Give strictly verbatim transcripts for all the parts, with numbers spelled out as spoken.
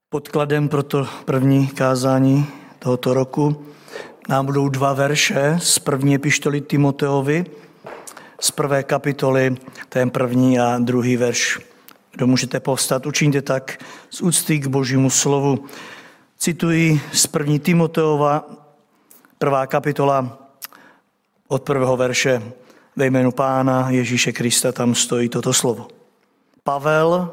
Podkladem pro to první kázání tohoto roku nám budou dva verše z první epištoly Timoteovi, z prvé kapitoly, ten první a druhý verš. Kdo můžete povstat, učiňte tak z úcty k Božímu slovu. Cituji z první Timoteova, prvá kapitola od prvého verše. Ve jménu Pána Ježíše Krista tam stojí toto slovo. Pavel,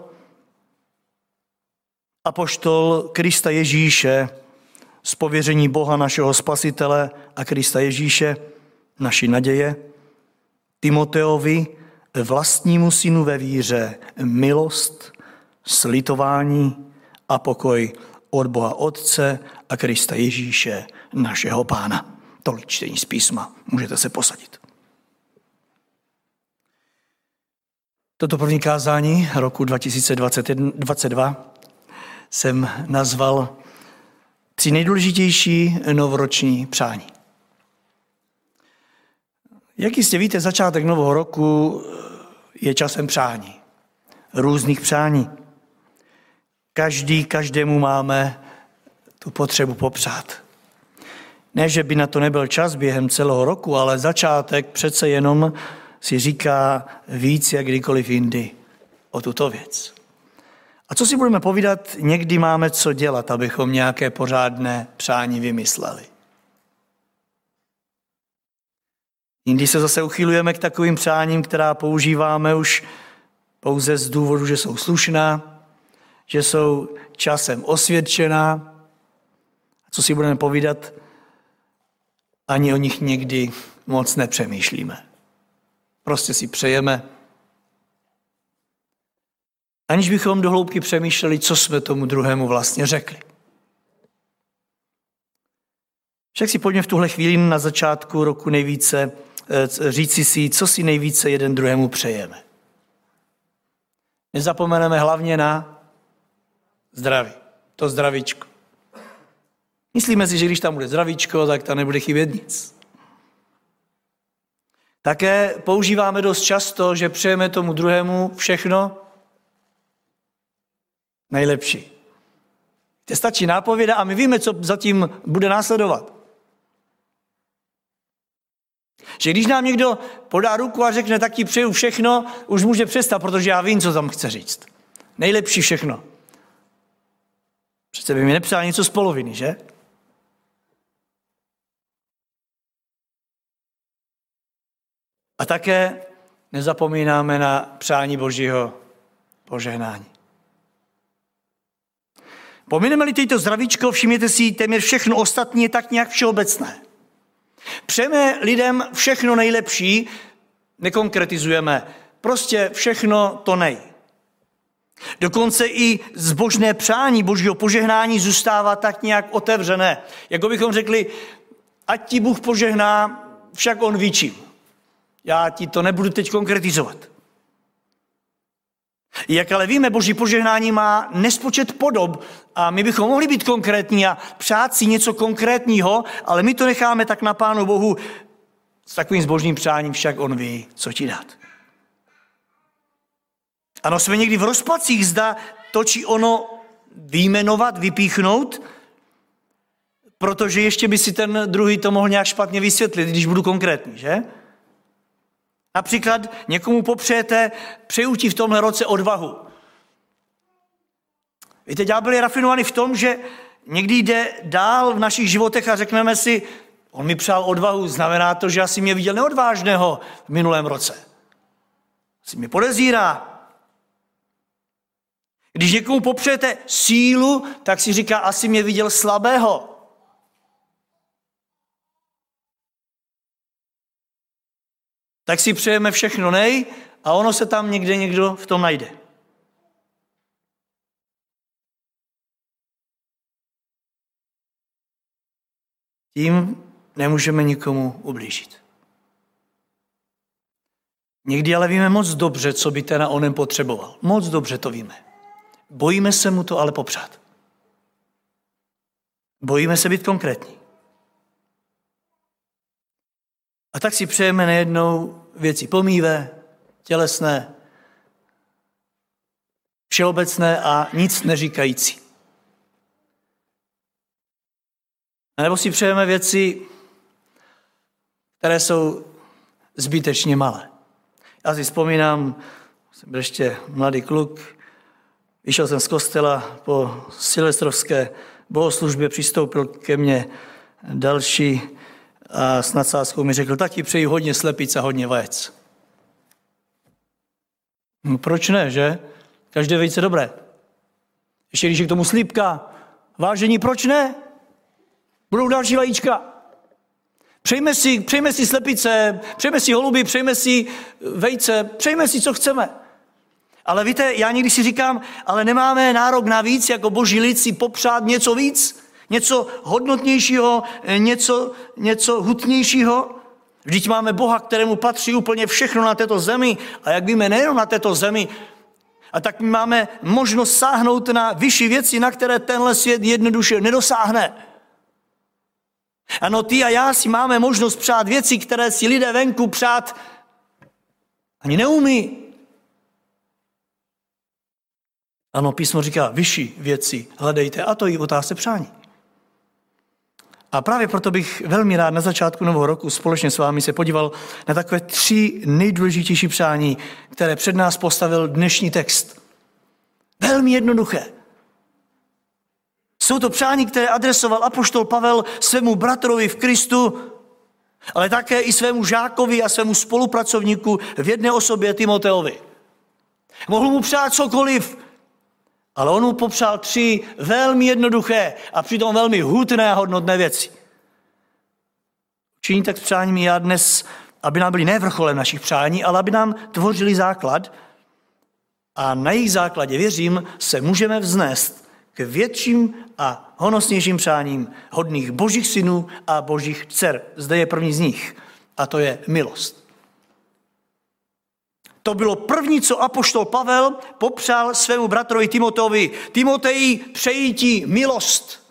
apoštol Krista Ježíše, z pověření Boha našeho Spasitele a Krista Ježíše, naší naděje, Timoteovi, vlastnímu synu ve víře, milost, slitování a pokoj od Boha Otce a Krista Ježíše, našeho Pána. Tolik čtení z písma. Můžete se posadit. Toto první kázání roku dva tisíce dvacet dva jsem nazval Tři nejdůležitější novoroční přání. Jak jistě víte, začátek nového roku je časem přání. Různých přání. Každý, každému máme tu potřebu popřát. Ne, že by na to nebyl čas během celého roku, ale začátek přece jenom si říká víc jak kdykoliv jindy o tuto věc. A co si budeme povídat, někdy máme co dělat, abychom nějaké pořádné přání vymysleli. Jindy se zase uchylujeme k takovým přáním, která používáme už pouze z důvodu, že jsou slušná, že jsou časem osvědčená. A co si budeme povídat, ani o nich někdy moc nepřemýšlíme. Prostě si přejeme, aniž bychom do hloubky přemýšleli, co jsme tomu druhému vlastně řekli. Však si pojďme v tuhle chvíli na začátku roku nejvíce říci si, co si nejvíce jeden druhému přejeme. Nezapomeneme hlavně na zdraví. To zdravíčko. Myslíme si, že když tam bude zdravíčko, tak tam nebude chybět nic. Také používáme dost často, že přejeme tomu druhému všechno nejlepší. To stačí nápověda a my víme, co zatím bude následovat. Že když nám někdo podá ruku a řekne, tak ti přeju všechno, už může přestat, protože já vím, co tam chce říct. Nejlepší všechno. Přece by mi nepřál něco z poloviny, že? A také nezapomínáme na přání Božího požehnání. Pomineme-li tyto zdravíčko, všimněte si, téměř všechno ostatní je tak nějak všeobecné. Přejeme lidem všechno nejlepší, nekonkretizujeme, prostě všechno to nej. Dokonce i zbožné přání Božího požehnání zůstává tak nějak otevřené. Jako bychom řekli, ať ti Bůh požehná, však on ví čím. Já ti to nebudu teď konkretizovat. Jak ale víme, Boží požehnání má nespočet podob a my bychom mohli být konkrétní a přát si něco konkrétního, ale my to necháme tak na Pánu Bohu. S takovým zbožným přáním však on ví, co ti dát. Ano, jsme někdy v rozpacích, zda to či ono vyjmenovat, vypíchnout, protože ještě by si ten druhý to mohl nějak špatně vysvětlit, když budu konkrétní, že? Například někomu popřejete, přeju ti v tomhle roce odvahu. Víte, ďábel je rafinovaný v tom, že někdy jde dál v našich životech a řekneme si, on mi přál odvahu, znamená to, že asi mě viděl neodvážného v minulém roce. Asi mě podezírá. Když někomu popřejete sílu, tak si říká, asi mě viděl slabého. Tak si přejeme všechno nej a ono se tam někde někdo v tom najde. Tím nemůžeme nikomu ublížit. Někdy ale víme moc dobře, co by ten a onen potřeboval. Moc dobře to víme. Bojíme se mu to ale popřát. Bojíme se být konkrétní. A tak si přejeme nejednou věci pomíjivé, tělesné, všeobecné a nic neříkající. A nebo si přejeme věci, které jsou zbytečně malé. Já si vzpomínám, jsem byl ještě mladý kluk, vyšel jsem z kostela po silvestrovské bohoslužbě, přistoupil ke mně další a s nadsázkou mi řekl, taky přeji hodně slepic a hodně vajec. No, proč ne, že? Každé vejce dobré. Ještě když je k tomu slípka, vážení, proč ne? Budou další vajíčka. Přejme si, přejme si slepice, přejme si holuby, přejme si vejce, přejme si, co chceme. Ale víte, já někdy si říkám, ale nemáme nárok na víc, jako boží lid si popřát něco víc, něco hodnotnějšího, něco, něco hutnějšího. Vždyť máme Boha, kterému patří úplně všechno na této zemi. A jak víme, nejenom na této zemi, a tak my máme možnost sáhnout na vyšší věci, na které tenhle svět jednoduše nedosáhne. Ano, ty a já si máme možnost přát věci, které si lidé venku přát ani neumí. Ano, písmo říká, vyšší věci hledejte, a to i v otázce přání. A právě proto bych velmi rád na začátku nového roku společně s vámi se podíval na takové tři nejdůležitější přání, které před nás postavil dnešní text. Velmi jednoduché. Jsou to přání, které adresoval apoštol Pavel svému bratrovi v Kristu, ale také i svému žákovi a svému spolupracovníku v jedné osobě Timoteovi. Mohl mu přát cokoliv, ale on mu popřál tři velmi jednoduché a přitom velmi hutné a hodnotné věci. Činí tak s přáními já dnes, aby nám byli ne vrcholem našich přání, ale aby nám tvořili základ a na jejich základě, věřím, se můžeme vznést k větším a honosnějším přáním hodných božích synů a božích dcer. Zde je první z nich a to je milost. To bylo první, co apoštol Pavel popřál svému bratrovi Timoteovi. Timoteji, přeji ti milost.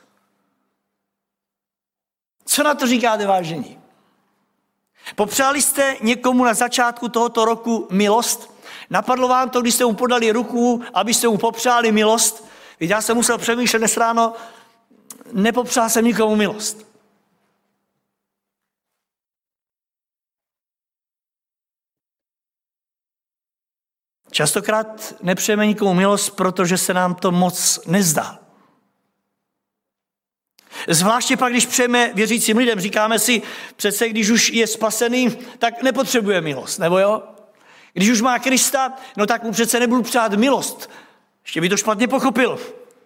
Co na to říkáte, vážení? Popřáli jste někomu na začátku tohoto roku milost? Napadlo vám to, když jste mu podali ruku, abyste mu popřáli milost? Víte, já jsem musel přemýšlet dnes ráno, nepopřál jsem nikomu milost. Častokrát nepřejeme nikomu milost, protože se nám to moc nezdá. Zvláště pak, když přejeme věřícím lidem, říkáme si, přece když už je spasený, tak nepotřebuje milost, nebo jo? Když už má Krista, no tak mu přece nebudu přát milost. Ještě by to špatně pochopil.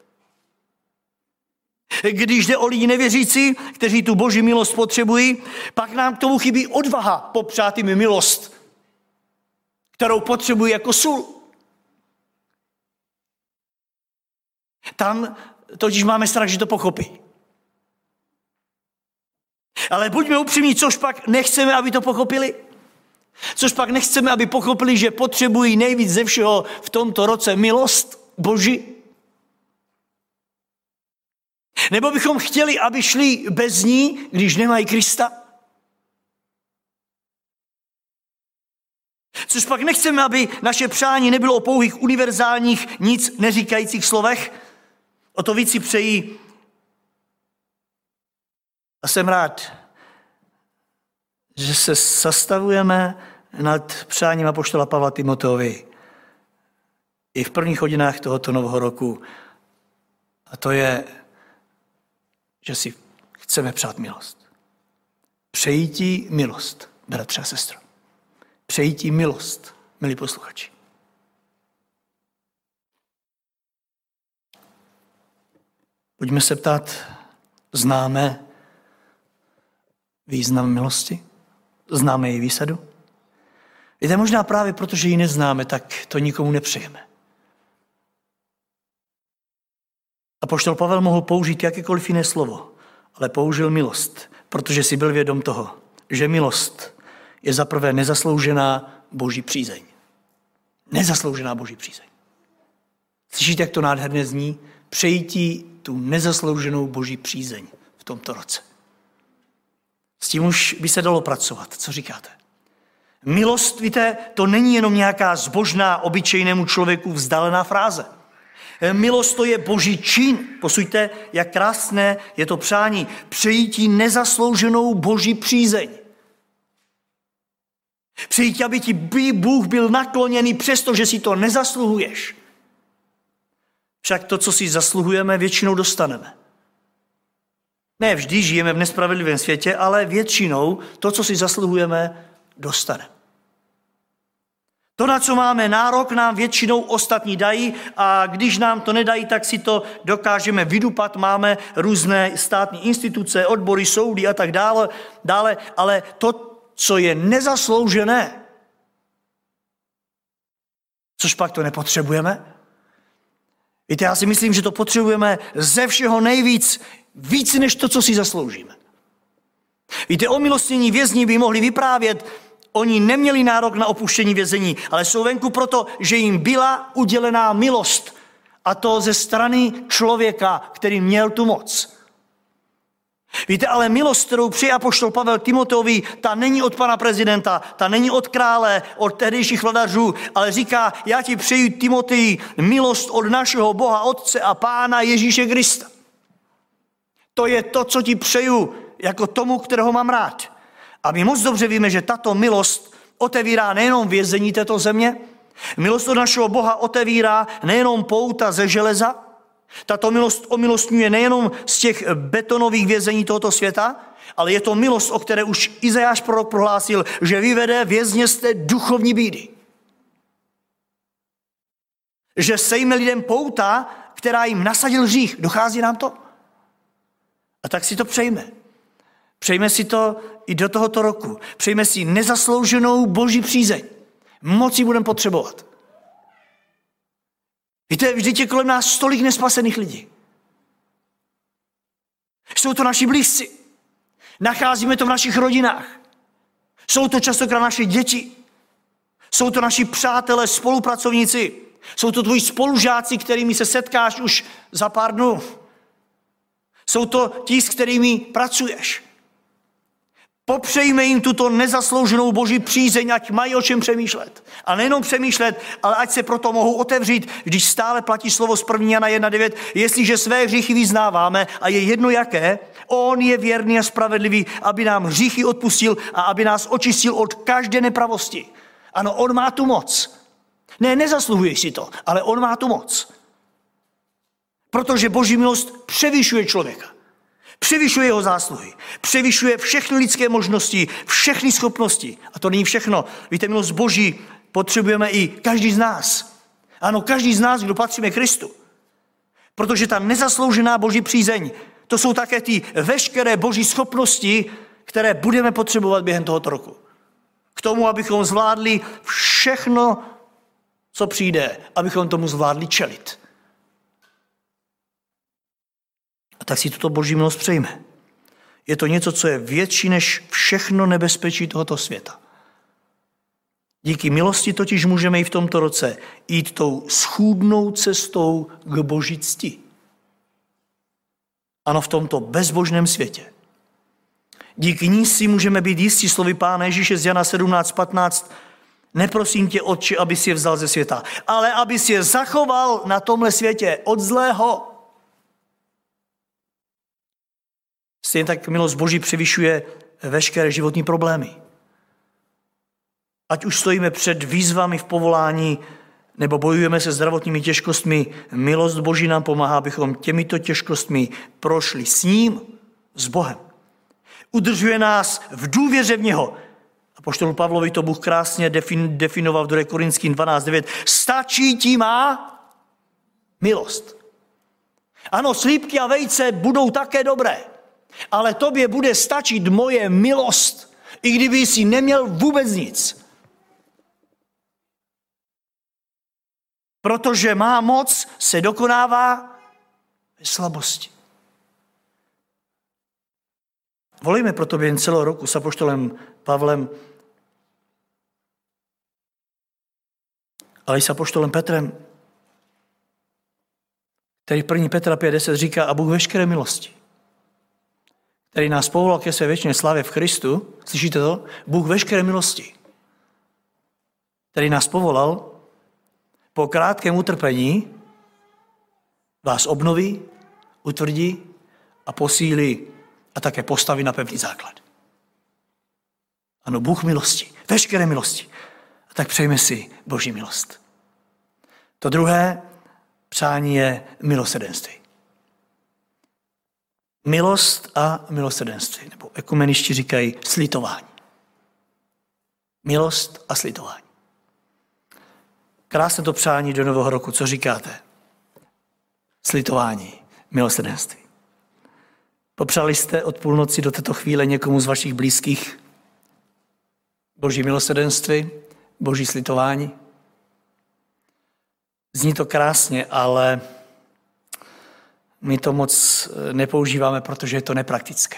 Když jde o lidi nevěřící, kteří tu boží milost potřebují, pak nám k tomu chybí odvaha popřát jim milost, kterou potřebují jako sůl. Tam totiž máme strach, že to pochopí. Ale buďme upřímní, což pak nechceme, aby to pochopili. Což pak nechceme, aby pochopili, že potřebují nejvíc ze všeho v tomto roce milost Boží. Nebo bychom chtěli, aby šli bez ní, když nemají Krista. Což pak nechceme, aby naše přání nebylo o pouhých univerzálních, nic neříkajících slovech. O to víc si přejí. A jsem rád, že se zastavujeme nad přáním apoštola Pavla Timoteovi i v prvních hodinách tohoto nového roku. A to je, že si chceme přát milost. Přeji ti milost, bratře a sestro. Přeji ti milost, milí posluchači. Pojďme se ptát, známe význam milosti? Známe její výsadu? Víte, možná právě protože ji neznáme, tak to nikomu nepřejeme. Apoštol Pavel mohl použít jakékoliv jiné slovo, ale použil milost, protože si byl vědom toho, že milost je zaprvé nezasloužená boží přízeň. Nezasloužená boží přízeň. Slyšíte, jak to nádherně zní? Přeji ti tu nezaslouženou boží přízeň v tomto roce. S tím už by se dalo pracovat. Co říkáte? Milost, víte, to není jenom nějaká zbožná, obyčejnému člověku vzdálená fráze. Milost to je boží čin. Posluňte, jak krásné je to přání. Přeji ti nezaslouženou boží přízeň. Přeji ti, aby ti Bůh byl nakloněný přesto, že si to nezasluhuješ. Však to, co si zasluhujeme, většinou dostaneme. Ne vždy žijeme v nespravedlivém světě, ale většinou to, co si zasluhujeme, dostaneme. To, na co máme nárok, nám většinou ostatní dají a když nám to nedají, tak si to dokážeme vydupat. Máme různé státní instituce, odbory, soudy a tak dále, dále, ale to, co je nezasloužené, což pak to nepotřebujeme. Víte, já si myslím, že to potřebujeme ze všeho nejvíc, víc než to, co si zasloužíme. Víte, omilostnění vězni by mohli vyprávět, oni neměli nárok na opuštění vězení, ale jsou venku proto, že jim byla udělená milost. A to ze strany člověka, který měl tu moc. Víte, ale milost, kterou přijal apoštol Pavel Timoteovi, ta není od pana prezidenta, ta není od krále, od tehdejších vladařů, ale říká, já ti přeji, Timoteji, milost od našeho Boha, Otce a Pána Ježíše Krista. To je to, co ti přeju, jako tomu, kterého mám rád. A my moc dobře víme, že tato milost otevírá nejenom vězení této země, milost od našeho Boha otevírá nejenom pouta ze železa, tato milost omilostňuje nejenom z těch betonových vězení tohoto světa, ale je to milost, o které už Izajáš prorok prohlásil, že vyvede vězně z té duchovní bídy. Že sejme lidem pouta, která jim nasadil hřích. Dochází nám to? A tak si to přejme. Přejme si to i do tohoto roku. Přejme si nezaslouženou boží přízeň. Moc ji budeme potřebovat. Víte, vždyť je kolem nás tolik nespasených lidí. Jsou to naši blízci. Nacházíme to v našich rodinách. Jsou to častokrát naše děti. Jsou to naši přátelé, spolupracovníci. Jsou to tvoji spolužáci, kterými se setkáš už za pár dnů. Jsou to ti, s kterými pracuješ. Popřejme jim tuto nezaslouženou boží přízeň, ať mají o čem přemýšlet. A nejenom přemýšlet, ale ať se proto mohou otevřít, když stále platí slovo z první Jana jedna devět, jestliže své hříchy vyznáváme a je jedno jaké, on je věrný a spravedlivý, aby nám hříchy odpustil a aby nás očistil od každé nepravosti. Ano, on má tu moc. Ne, nezasluhuješ si to, ale on má tu moc. Protože boží milost převyšuje člověka. Převyšuje jeho zásluhy, převyšuje všechny lidské možnosti, všechny schopnosti. A to není všechno. Víte, milost boží potřebujeme i každý z nás. Ano, každý z nás, kdo patříme Kristu. Protože ta nezasloužená boží přízeň, to jsou také ty veškeré boží schopnosti, které budeme potřebovat během tohoto roku. K tomu, abychom zvládli všechno, co přijde, abychom tomu zvládli čelit. A tak si tuto boží milost přejme. Je to něco, co je větší než všechno nebezpečí tohoto světa. Díky milosti totiž můžeme i v tomto roce jít tou schůdnou cestou k boží cti. Ano, v tomto bezbožném světě. Díky ní si můžeme být jistí slovy Pána Ježíše z Jana sedmnáct patnáct. Neprosím tě, Otče, aby si je vzal ze světa, ale aby si je zachoval na tomhle světě od zlého. Stejně tak milost boží převyšuje veškeré životní problémy. Ať už stojíme před výzvami v povolání, nebo bojujeme se zdravotními těžkostmi, milost boží nám pomáhá, abychom těmito těžkostmi prošli s ním, s Bohem. Udržuje nás v důvěře v něho. Apoštolu Pavlovi to Bůh krásně defin, definoval v druhé Korinským dvanáct devět. Stačí ti má milost. Ano, slípky a vejce budou také dobré, ale tobě bude stačit moje milost, i kdyby jsi neměl vůbec nic. Protože má moc se dokonává ve slabosti. Volejme proto během celého roku s apoštolem Pavlem, ale i s apoštolem Petrem, který v první Petra pět deset říká, a Bůh veškeré milosti, který nás povolal ke své věčné slávě v Kristu, slyšíte to? Bůh veškeré milosti, který nás povolal po krátkém utrpení vás obnoví, utvrdí a posílí a také postaví na pevný základ. Ano, Bůh milosti, veškeré milosti. A tak přejme si Boží milost. To druhé přání je milosrdenství. Milost a milosrdenství, nebo ekumenisti říkají slitování. Milost a slitování. Krásné to přání do nového roku, co říkáte? Slitování, milosrdenství. Popřáli jste od půlnoci do této chvíle někomu z vašich blízkých Boží milosrdenství, Boží slitování? Zní to krásně, ale my to moc nepoužíváme, protože je to nepraktické.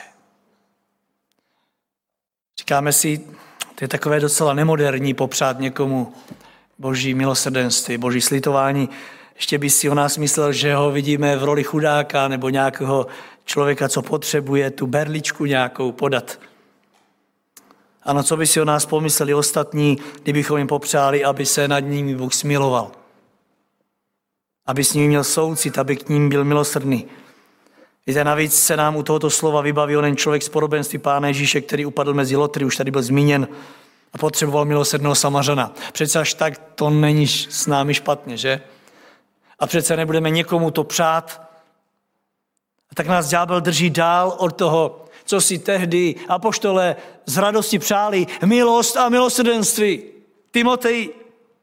Říkáme si, to je takové docela nemoderní popřát někomu Boží milosrdenství, Boží slitování. Ještě by si o nás myslel, že ho vidíme v roli chudáka nebo nějakého člověka, co potřebuje tu berličku nějakou podat. Ano, co by si o nás pomysleli ostatní, kdybychom jim popřáli, aby se nad nimi Bůh smiloval. Aby s nimi měl soucit, aby k ním byl milosrdný. Víte, navíc se nám u tohoto slova vybaví onen člověk z podobenství Pána Ježíše, který upadl mezi lotry, už tady byl zmíněn a potřeboval milosrdného Samařana. Přece až tak to není s námi špatně, že? A přece nebudeme někomu to přát. A tak nás ďábel drží dál od toho, co si tehdy apoštole z radosti přáli, milost a milosrdenství. Timotej.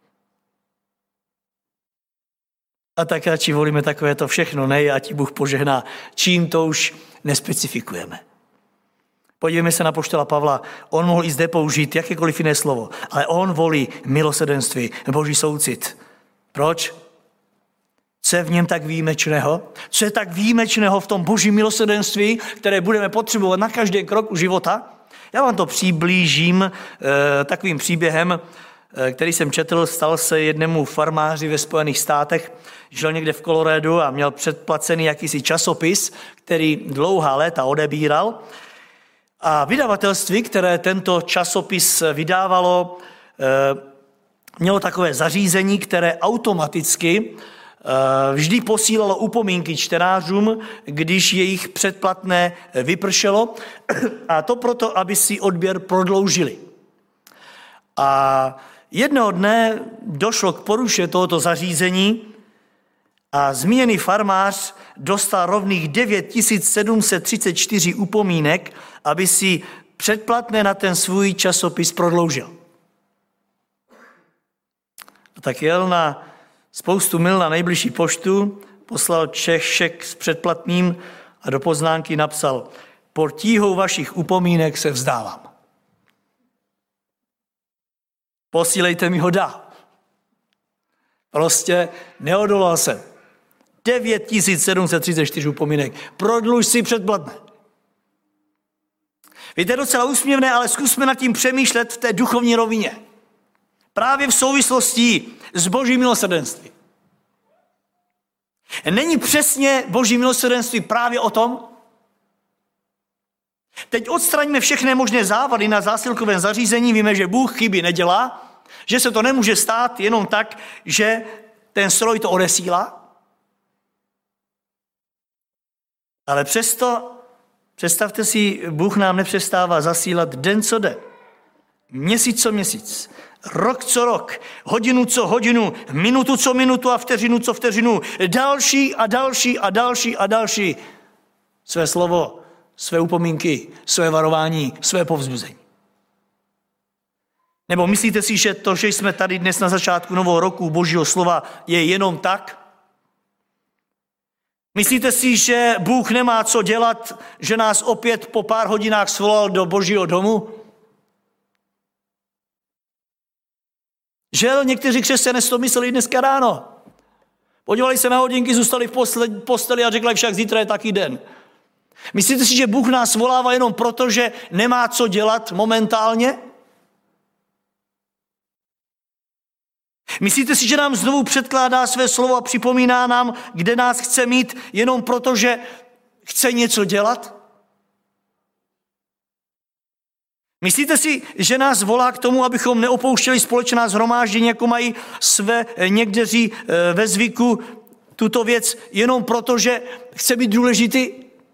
A tak radši volíme takové to všechno, ne, a ti Bůh požehná. Čím to už nespecifikujeme. Podívejme se na apoštola Pavla. On mohl i zde použít jakékoliv jiné slovo, ale on volí milosrdenství, Boží soucit. Proč? Co je v něm tak výjimečného? Co je tak výjimečného v tom Božím milosrdenství, které budeme potřebovat na každý krok života? Já vám to přiblížím e, takovým příběhem, e, který jsem četl. Stal se jednému farmáři ve Spojených státech. Žil někde v Coloradu a měl předplacený jakýsi časopis, který dlouhá léta odebíral. A vydavatelství, které tento časopis vydávalo, e, mělo takové zařízení, které automaticky vždy posílalo upomínky čtenářům, když jejich předplatné vypršelo, a to proto, aby si odběr prodloužili. A jednoho dne došlo k poruše tohoto zařízení a zmíněný farmář dostal rovných devět tisíc sedm set třicet čtyři upomínek, aby si předplatné na ten svůj časopis prodloužil. A tak jel na spoustu mil na nejbližší poštu, poslal Čech šek s předplatným a do poznámky napsal: pod tíhou vašich upomínek se vzdávám. Posílejte mi ho dál. Prostě neodolal jsem. devět tisíc sedm set třicet čtyři upomínek. Prodluž si předplatné. Víte, docela úsměvné, ale zkusme nad tím přemýšlet v té duchovní rovině. Právě v souvislosti s Božím milosrdenství. Není přesně Boží milosrdenství právě o tom? Teď odstraňme všechny možné závady na zásilkovém zařízení. Víme, že Bůh chyby nedělá, že se to nemůže stát jenom tak, že ten stroj to odesílá. Ale přesto, představte si, Bůh nám nepřestává zasílat den co den, měsíc co měsíc, rok co rok, hodinu co hodinu, minutu co minutu a vteřinu co vteřinu, další a další a další a další své slovo, své upomínky, své varování, své povzbuzení. Nebo myslíte si, že to, že jsme tady dnes na začátku nového roku Božího slova, je jenom tak? Myslíte si, že Bůh nemá co dělat, že nás opět po pár hodinách svolal do Božího domu? Že někteří křesťané si to mysleli dneska ráno. Podívali se na hodinky, zůstali v posteli a řekli, však zítra je taky den. Myslíte si, že Bůh nás volává jenom proto, že nemá co dělat momentálně? Myslíte si, že nám znovu předkládá své slovo a připomíná nám, kde nás chce mít, jenom proto, že chce něco dělat? Myslíte si, že nás volá k tomu, abychom neopouštěli společná shromáždění, jako mají své někteří ve zvyku, tuto věc jenom proto, že chce být důležitý?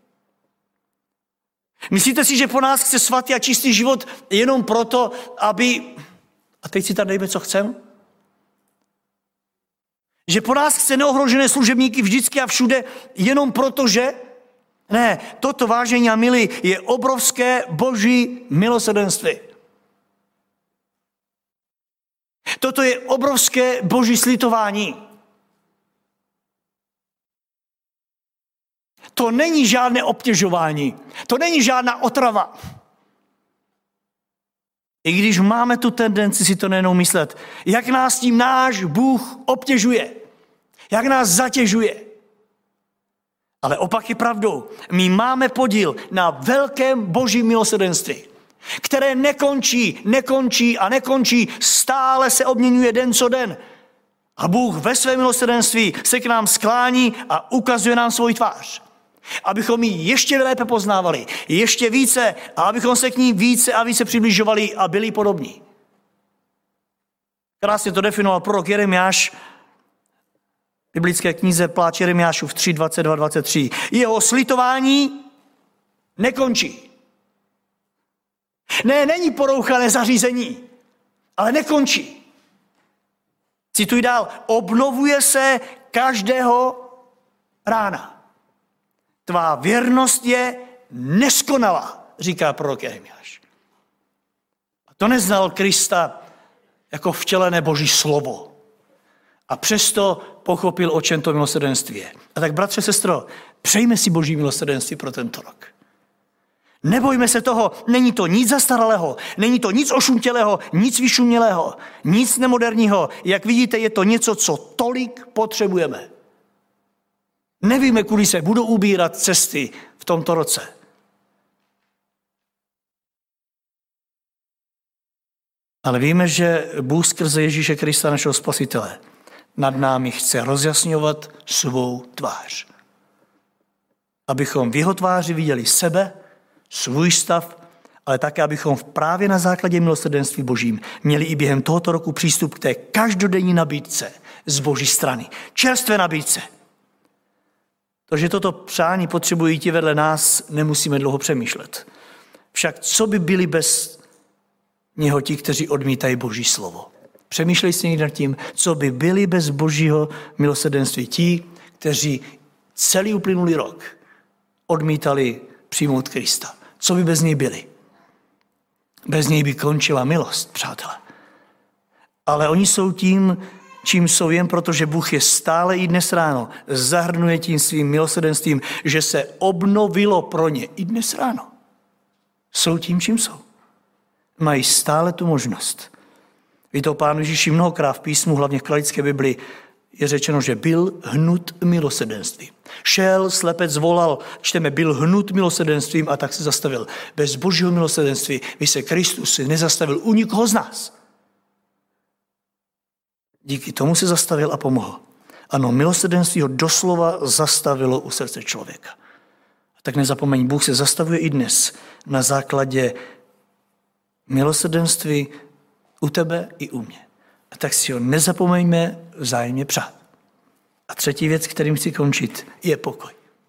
Myslíte si, že po nás chce svatý a čistý život jenom proto, aby... A teď si tam dejme, co chcem? Že po nás chce neohrožené služebníky vždycky a všude jenom proto, že... Ne, toto, vážení a milí, je obrovské boží milosrdenství. Toto je obrovské boží slitování. To není žádné obtěžování. To není žádná otrava. I když máme tu tendenci si to nejenom myslet, jak nás tím náš Bůh obtěžuje, jak nás zatěžuje. Ale opak je pravdou. My máme podíl na velkém božím milosrdenství, které nekončí, nekončí a nekončí, stále se obměňuje den co den. A Bůh ve své milosrdenství se k nám sklání a ukazuje nám svou tvář. Abychom ji ještě lépe poznávali, ještě více a abychom se k ní více a více přibližovali a byli podobní. Krásně to definoval prorok Jeremiáš v biblické knize Pláč Jeremiášův tři, dvacet dva, dvacet tři. Jeho slitování nekončí. Ne, není porouchané zařízení, ale nekončí. Cituji dál. Obnovuje se každého rána. Tvá věrnost je neskonalá, říká prorok Jeremiáš. A to neznal Krista jako vtělené boží slovo. A přesto pochopil, o čem to milosrdenství je. A tak, bratře, sestro, přejme si boží milosrdenství pro tento rok. Nebojme se toho, není to nic zastaralého, není to nic ošuntělého, nic vyšumělého, nic nemoderního. Jak vidíte, je to něco, co tolik potřebujeme. Nevíme, kudy se budou ubírat cesty v tomto roce. Ale víme, že Bůh skrze Ježíše Krista, našeho Spasitele, nad námi chce rozjasňovat svou tvář. Abychom v jeho tváři viděli sebe, svůj stav, ale také, abychom právě na základě milosrdenství Božím měli i během tohoto roku přístup k té každodenní nabídce z Boží strany. Čerstvé nabídce. To, že toto přání potřebují ti vedle nás, nemusíme dlouho přemýšlet. Však co by byli bez něho ti, kteří odmítají Boží slovo? Přemýšlej si někdy nad tím, co by byli bez Božího milosrdenství ti, kteří celý uplynulý rok odmítali přijmout Krista. Co by bez něj byli? Bez něj by končila milost, přátelé. Ale oni jsou tím, čím jsou jen proto, že Bůh je stále i dnes ráno zahrnuje tím svým milosrdenstvím, že se obnovilo pro ně i dnes ráno. Jsou tím, čím jsou. Mají stále tu možnost. Ví to Pán Ježíši mnohokrát v písmu, hlavně v kralické Bibli, je řečeno, že byl hnut milosrdenstvím. Šel, slepec volal, čteme, byl hnut milosrdenstvím a tak se zastavil. Bez Božího milosrdenství by se Kristus nezastavil u nikoho z nás. Díky tomu se zastavil a pomohl. Ano, milosrdenství ho doslova zastavilo u srdce člověka. A tak nezapomeň, Bůh se zastavuje i dnes na základě milosrdenství u tebe i u mě. A tak si ho nezapomeňme vzájemně přát. A třetí věc, kterým chci končit, je pokoj.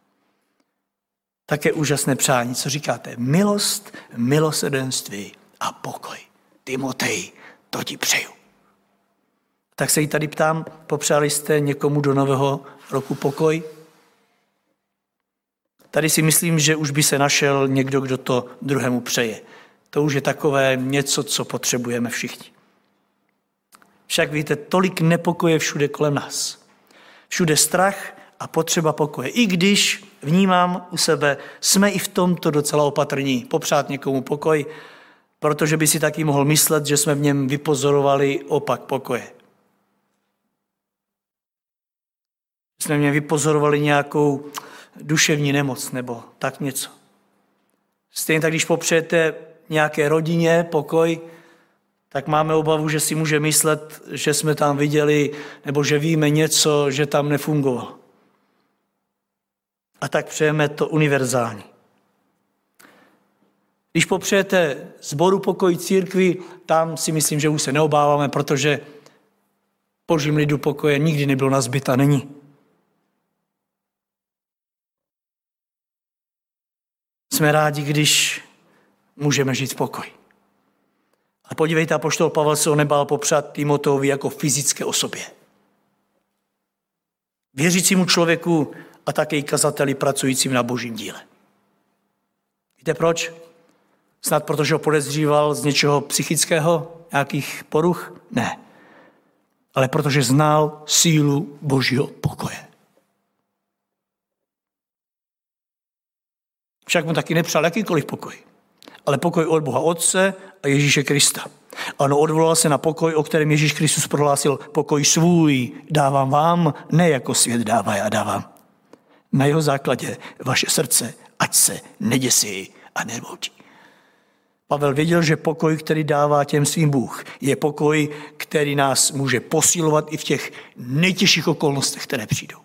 Také úžasné přání, co říkáte? Milost, milosrdenství a pokoj. Timotej, to ti přeju. Tak se jí tady ptám, popřáli jste někomu do nového roku pokoj? Tady si myslím, že už by se našel někdo, kdo to druhému přeje. To už je takové něco, co potřebujeme všichni. Však víte, tolik nepokoje všude kolem nás. Všude strach a potřeba pokoje. I když vnímám u sebe, jsme i v tomto docela opatrní. Popřát někomu pokoj, protože by si taky mohl myslet, že jsme v něm vypozorovali opak pokoje. Jsme v něm vypozorovali nějakou duševní nemoc nebo tak něco. Stejně tak, když popřejete nějaké rodině pokoj, tak máme obavu, že si může myslet, že jsme tam viděli nebo že víme něco, že tam nefungovalo. A tak přejeme to univerzálně. Když popřejete sboru pokoj církvi, tam si myslím, že už se neobáváme, protože Božím lidu pokoje nikdy nebylo nazbyt a není. Jsme rádi, když můžeme žít v pokoji. A podívejte, apoštol Pavel se ho nebál popřát Timoteovi jako fyzické osobě. Věřícímu člověku a také i kazateli pracujícím na božím díle. Víte proč? Snad protože ho podezříval z něčeho psychického, nějakých poruch? Ne. Ale protože znal sílu božího pokoje. Však mu taky nepřál jakýkoliv pokoj, ale pokoj od Boha Otce a Ježíše Krista. Ano, odvolal se na pokoj, o kterém Ježíš Kristus prohlásil, pokoj svůj dávám vám, ne jako svět dává, já dávám. Na jeho základě vaše srdce, ať se neděsí a nervoutí. Pavel věděl, že pokoj, který dává těm svým Bůh, je pokoj, který nás může posilovat i v těch nejtěžších okolnostech, které přijdou.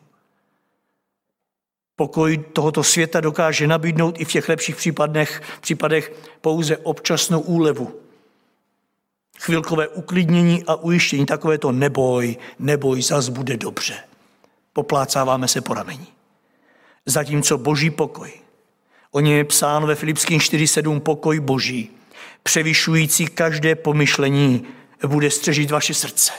Pokoj tohoto světa dokáže nabídnout i v těch lepších případech, případech pouze občasnou úlevu. Chvilkové uklidnění a ujištění, takové to neboj, neboj, zas bude dobře. Poplácáváme se po rameni. Zatímco boží pokoj, o něm je psáno ve Filipským čtyři sedm, pokoj boží, převyšující každé pomyšlení, bude střežit vaše srdce.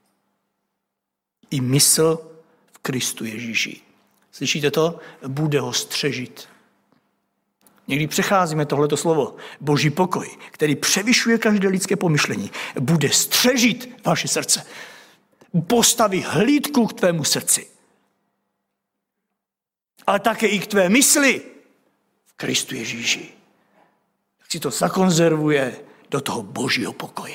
I mysl v Kristu Ježíši. Slyšíte to? Bude ho střežit. Někdy přecházíme tohleto slovo. Boží pokoj, který převyšuje každé lidské pomyšlení, bude střežit vaše srdce. Postaví hlídku k tvému srdci. Ale také i k tvé mysli v Kristu Ježíši. Tak si to zakonzervuje do toho božího pokoje.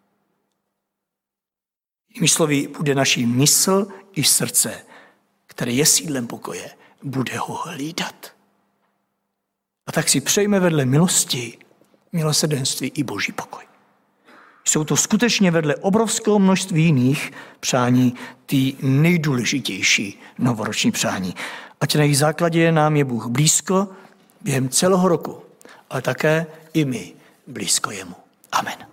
Jinými slovy, bude naší mysl i srdce, které je sídlem pokoje, bude ho hlídat. A tak si přejme vedle milosti, milosrdenství i boží pokoj. Jsou to skutečně vedle obrovského množství jiných přání ty nejdůležitější novoroční přání. Ať na jejich základě nám je Bůh blízko během celého roku, ale také i my blízko jemu. Amen.